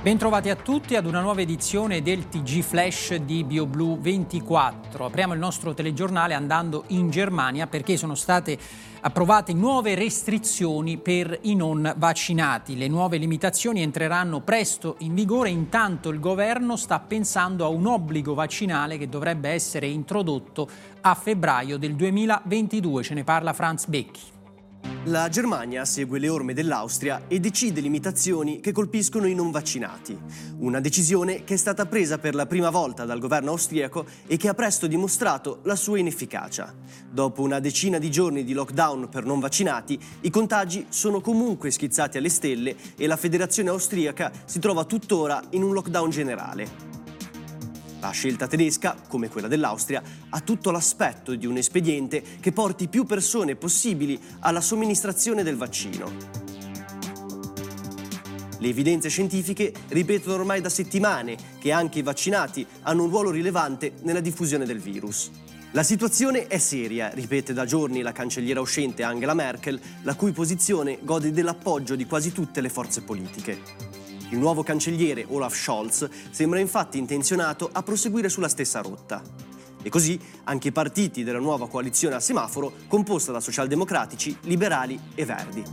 Bentrovati a tutti ad una nuova edizione del TG Flash di BioBlu 24. Apriamo il nostro telegiornale andando in Germania perché sono state approvate nuove restrizioni per i non vaccinati. Le nuove limitazioni entreranno presto in vigore, intanto il governo sta pensando a un obbligo vaccinale che dovrebbe essere introdotto a febbraio del 2022. Ce ne parla Franz Becchi. La Germania segue le orme dell'Austria e decide limitazioni che colpiscono i non vaccinati. Una decisione che è stata presa per la prima volta dal governo austriaco e che ha presto dimostrato la sua inefficacia. Dopo una decina di giorni di lockdown per non vaccinati, i contagi sono comunque schizzati alle stelle e la federazione austriaca si trova tuttora in un lockdown generale. La scelta tedesca, come quella dell'Austria, ha tutto l'aspetto di un espediente che porti più persone possibili alla somministrazione del vaccino. Le evidenze scientifiche ripetono ormai da settimane che anche i vaccinati hanno un ruolo rilevante nella diffusione del virus. La situazione è seria, ripete da giorni la cancelliera uscente Angela Merkel, la cui posizione gode dell'appoggio di quasi tutte le forze politiche. Il nuovo cancelliere Olaf Scholz sembra infatti intenzionato a proseguire sulla stessa rotta. E così anche i partiti della nuova coalizione a semaforo composta da socialdemocratici, liberali e verdi.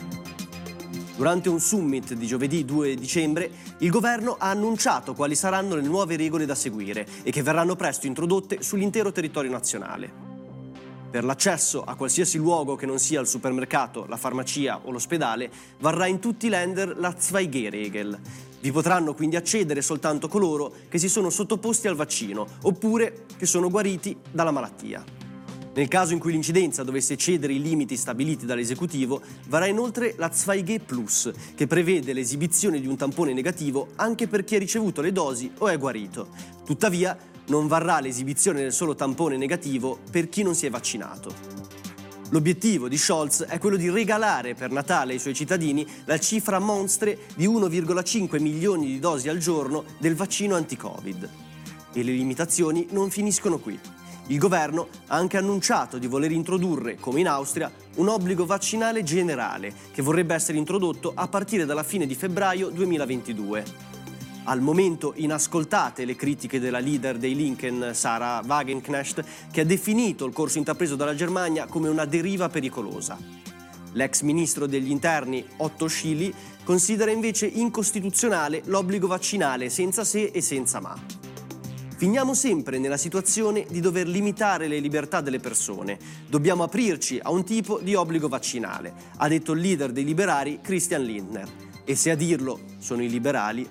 Durante un summit di giovedì 2 dicembre, il governo ha annunciato quali saranno le nuove regole da seguire e che verranno presto introdotte sull'intero territorio nazionale. Per l'accesso a qualsiasi luogo che non sia il supermercato, la farmacia o l'ospedale, varrà in tutti i Länder la 2G-Regel. Vi potranno quindi accedere soltanto coloro che si sono sottoposti al vaccino oppure che sono guariti dalla malattia. Nel caso in cui l'incidenza dovesse eccedere i limiti stabiliti dall'esecutivo, varrà inoltre la 2G+, che prevede l'esibizione di un tampone negativo anche per chi ha ricevuto le dosi o è guarito. Tuttavia, non varrà l'esibizione del solo tampone negativo per chi non si è vaccinato. L'obiettivo di Scholz è quello di regalare per Natale ai suoi cittadini la cifra monstre di 1,5 milioni di dosi al giorno del vaccino anti-Covid. E le limitazioni non finiscono qui. Il governo ha anche annunciato di voler introdurre, come in Austria, un obbligo vaccinale generale che vorrebbe essere introdotto a partire dalla fine di febbraio 2022. Al momento inascoltate le critiche della leader dei Linken, Sarah Wagenknecht, che ha definito il corso intrapreso dalla Germania come una deriva pericolosa. L'ex ministro degli interni, Otto Schily, considera invece incostituzionale l'obbligo vaccinale senza se e senza ma. Finiamo sempre nella situazione di dover limitare le libertà delle persone. Dobbiamo aprirci a un tipo di obbligo vaccinale, ha detto il leader dei liberali Christian Lindner. E se a dirlo sono i liberali.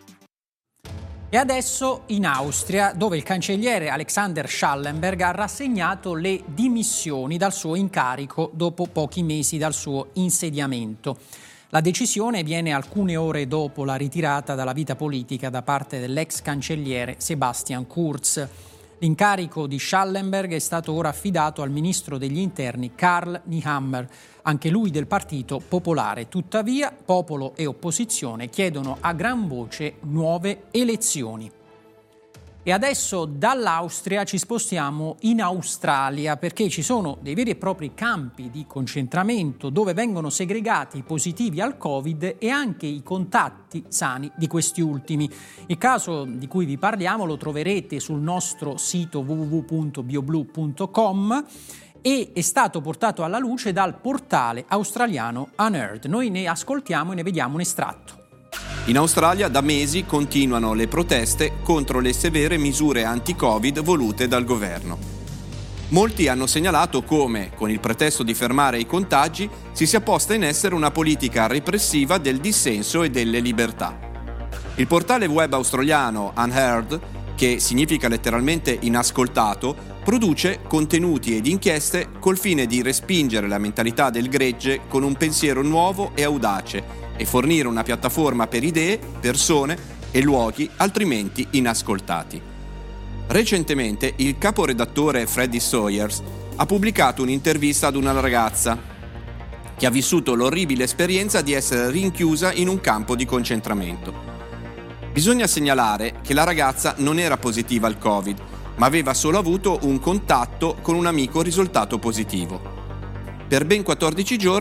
E adesso in Austria, dove il cancelliere Alexander Schallenberg ha rassegnato le dimissioni dal suo incarico dopo pochi mesi dal suo insediamento. La decisione viene alcune ore dopo la ritirata dalla vita politica da parte dell'ex cancelliere Sebastian Kurz. L'incarico di Schallenberg è stato ora affidato al ministro degli interni Karl Nehammer, anche lui del Partito Popolare. Tuttavia, popolo e opposizione chiedono a gran voce nuove elezioni. E adesso dall'Austria ci spostiamo in Australia perché ci sono dei veri e propri campi di concentramento dove vengono segregati i positivi al Covid e anche i contatti sani di questi ultimi. Il caso di cui vi parliamo lo troverete sul nostro sito www.bioblu.com e è stato portato alla luce dal portale australiano Unearthed. Noi ne ascoltiamo e ne vediamo un estratto. In Australia da mesi continuano le proteste contro le severe misure anti-Covid volute dal governo. Molti hanno segnalato come, con il pretesto di fermare i contagi, si sia posta in essere una politica repressiva del dissenso e delle libertà. Il portale web australiano Unearthed, che significa letteralmente inascoltato, produce contenuti ed inchieste col fine di respingere la mentalità del gregge con un pensiero nuovo e audace e fornire una piattaforma per idee, persone e luoghi altrimenti inascoltati. Recentemente il caporedattore Freddie Sawyers ha pubblicato un'intervista ad una ragazza che ha vissuto l'orribile esperienza di essere rinchiusa in un campo di concentramento. Bisogna segnalare che la ragazza non era positiva al Covid, ma aveva solo avuto un contatto con un amico risultato positivo. Per ben 14 giorni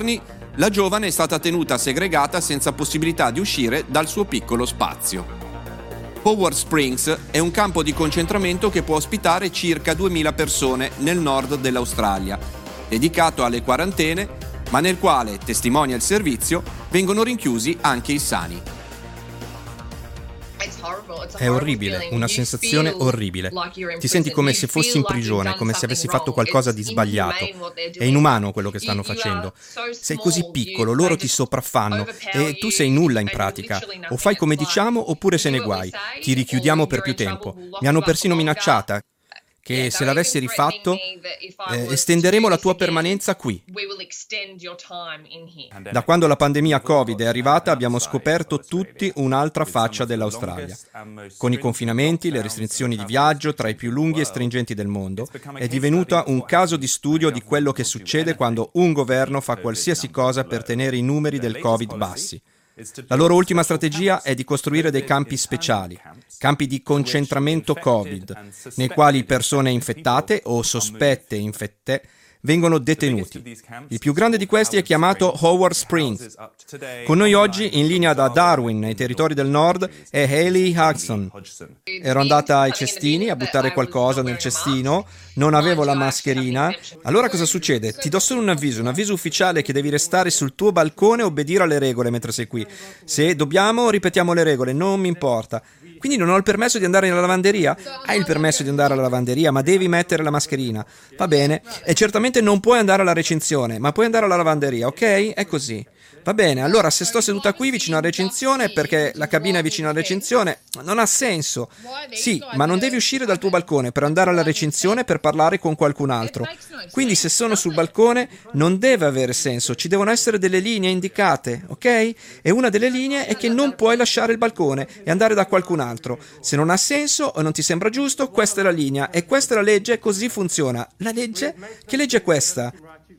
La giovane è stata tenuta segregata senza possibilità di uscire dal suo piccolo spazio. Howard Springs è un campo di concentramento che può ospitare circa 2000 persone nel nord dell'Australia, dedicato alle quarantene, ma nel quale, testimonia il servizio, vengono rinchiusi anche i sani. È orribile, una sensazione orribile. Ti senti come se fossi in prigione, come se avessi fatto qualcosa di sbagliato. È inumano quello che stanno facendo. Sei così piccolo, loro ti sopraffanno e tu sei nulla in pratica. O fai come diciamo oppure se ne guai. Ti richiudiamo per più tempo. Mi hanno persino minacciata che se l'avessi rifatto estenderemo la tua permanenza qui. Da quando la pandemia Covid è arrivata abbiamo scoperto tutti un'altra faccia dell'Australia. Con i confinamenti, le restrizioni di viaggio tra i più lunghi e stringenti del mondo, è divenuta un caso di studio di quello che succede quando un governo fa qualsiasi cosa per tenere i numeri del Covid bassi. La loro ultima strategia è di costruire dei campi speciali, campi di concentramento Covid, nei quali persone infettate o sospette infette vengono detenuti. Il più grande di questi è chiamato Howard Springs. Con noi oggi, in linea da Darwin, nei territori del nord, è Hayley Hudson. Ero andata ai cestini a buttare qualcosa nel cestino, non avevo la mascherina. Allora cosa succede? Ti do solo un avviso ufficiale che devi restare sul tuo balcone e obbedire alle regole mentre sei qui. Se dobbiamo, ripetiamo le regole, non mi importa. Quindi non ho il permesso di andare alla lavanderia? Hai il permesso di andare alla lavanderia, ma devi mettere la mascherina. Va bene. E certamente non puoi andare alla recinzione, ma puoi andare alla lavanderia, ok? È così. Va bene, allora se sto seduta qui vicino alla recinzione perché la cabina è vicino alla recinzione, non ha senso. Sì, ma non devi uscire dal tuo balcone per andare alla recinzione per parlare con qualcun altro. Quindi se sono sul balcone non deve avere senso, ci devono essere delle linee indicate, ok? E una delle linee è che non puoi lasciare il balcone e andare da qualcun altro. Se non ha senso o non ti sembra giusto, questa è la linea e questa è la legge, così funziona. La legge? Che legge è questa?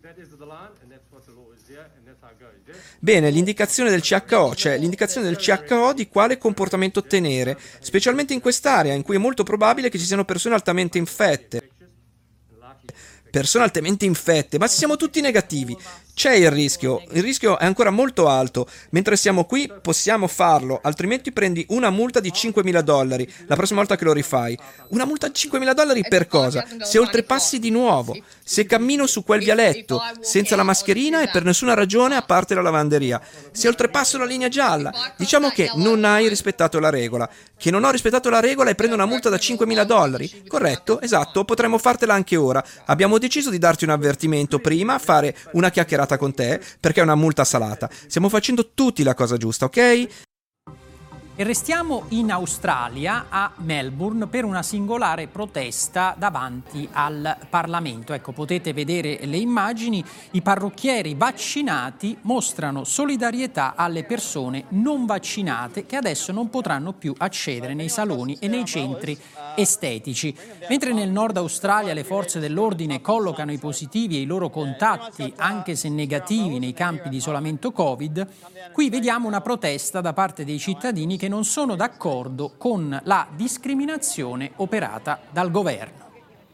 Bene, l'indicazione del CHO, cioè l'indicazione del CHO di quale comportamento tenere, specialmente in quest'area in cui è molto probabile che ci siano persone altamente infette. Persone altamente infette, ma se siamo tutti negativi, c'è il rischio è ancora molto alto. Mentre siamo qui possiamo farlo, altrimenti prendi una multa di $5.000 la prossima volta che lo rifai. Una multa di $5.000 per cosa? Se oltrepassi di nuovo, se cammino su quel vialetto senza la mascherina e per nessuna ragione a parte la lavanderia, se oltrepasso la linea gialla, diciamo che non hai rispettato la regola, che non ho rispettato la regola e prendo una multa da $5.000, corretto? Esatto, potremmo fartela anche ora. Abbiamo deciso di darti un avvertimento prima, fare una chiacchierata con te perché è una multa salata. Stiamo facendo tutti la cosa giusta, ok? E restiamo in Australia, a Melbourne, per una singolare protesta davanti al Parlamento. Ecco, potete vedere le immagini. I parrucchieri vaccinati mostrano solidarietà alle persone non vaccinate che adesso non potranno più accedere nei saloni e nei centri estetici. Mentre nel nord Australia le forze dell'ordine collocano i positivi e i loro contatti, anche se negativi, nei campi di isolamento Covid, qui vediamo una protesta da parte dei cittadini che non sono d'accordo con la discriminazione operata dal governo.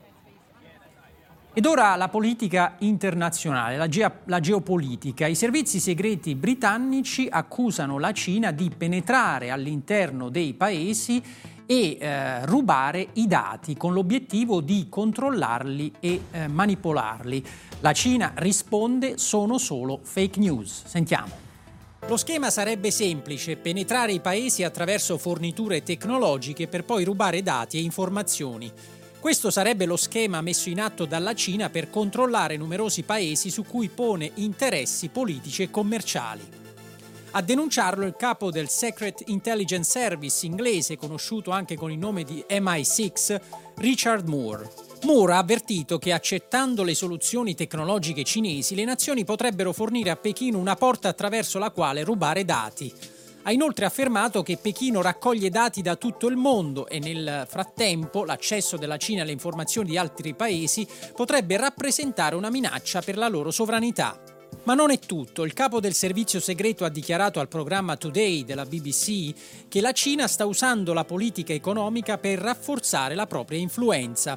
Ed ora la politica internazionale, la geopolitica. I servizi segreti britannici accusano la Cina di penetrare all'interno dei paesi e rubare i dati con l'obiettivo di controllarli e manipolarli. La Cina risponde: sono solo fake news. Sentiamo. Lo schema sarebbe semplice: penetrare i paesi attraverso forniture tecnologiche per poi rubare dati e informazioni. Questo sarebbe lo schema messo in atto dalla Cina per controllare numerosi paesi su cui pone interessi politici e commerciali. A denunciarlo il capo del Secret Intelligence Service inglese, conosciuto anche con il nome di MI6, Richard Moore. Moore ha avvertito che accettando le soluzioni tecnologiche cinesi, le nazioni potrebbero fornire a Pechino una porta attraverso la quale rubare dati. Ha inoltre affermato che Pechino raccoglie dati da tutto il mondo e nel frattempo l'accesso della Cina alle informazioni di altri paesi potrebbe rappresentare una minaccia per la loro sovranità. Ma non è tutto. Il capo del servizio segreto ha dichiarato al programma Today della BBC che la Cina sta usando la politica economica per rafforzare la propria influenza.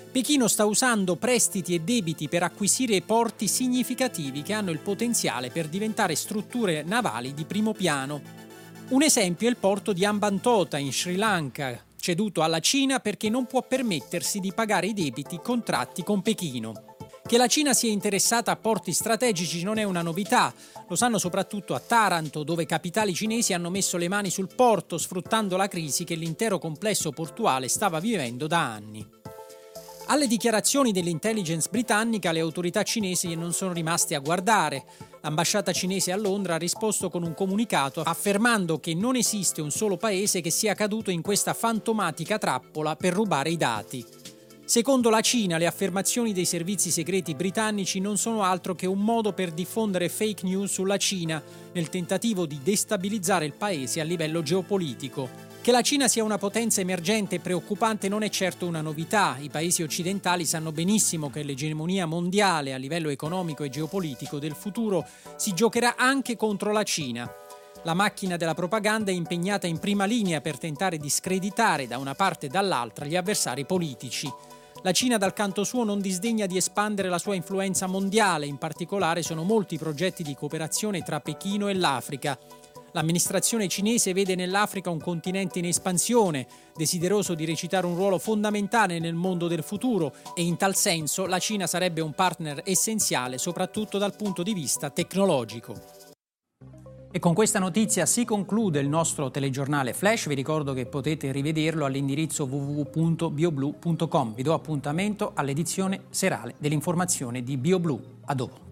Pechino sta usando prestiti e debiti per acquisire porti significativi che hanno il potenziale per diventare strutture navali di primo piano. Un esempio è il porto di Hambantota in Sri Lanka, ceduto alla Cina perché non può permettersi di pagare i debiti contratti con Pechino. Che la Cina sia interessata a porti strategici non è una novità, lo sanno soprattutto a Taranto, dove capitali cinesi hanno messo le mani sul porto sfruttando la crisi che l'intero complesso portuale stava vivendo da anni. Alle dichiarazioni dell'intelligence britannica le autorità cinesi non sono rimaste a guardare. L'ambasciata cinese a Londra ha risposto con un comunicato affermando che non esiste un solo paese che sia caduto in questa fantomatica trappola per rubare i dati. Secondo la Cina, le affermazioni dei servizi segreti britannici non sono altro che un modo per diffondere fake news sulla Cina, nel tentativo di destabilizzare il paese a livello geopolitico. Che la Cina sia una potenza emergente e preoccupante non è certo una novità. I paesi occidentali sanno benissimo che l'egemonia mondiale a livello economico e geopolitico del futuro si giocherà anche contro la Cina. La macchina della propaganda è impegnata in prima linea per tentare di screditare da una parte e dall'altra gli avversari politici. La Cina dal canto suo non disdegna di espandere la sua influenza mondiale, in particolare sono molti progetti di cooperazione tra Pechino e l'Africa. L'amministrazione cinese vede nell'Africa un continente in espansione, desideroso di recitare un ruolo fondamentale nel mondo del futuro e in tal senso la Cina sarebbe un partner essenziale soprattutto dal punto di vista tecnologico. E con questa notizia si conclude il nostro telegiornale Flash. Vi ricordo che potete rivederlo all'indirizzo www.bioblu.com. Vi do appuntamento all'edizione serale dell'informazione di BioBlu. A dopo.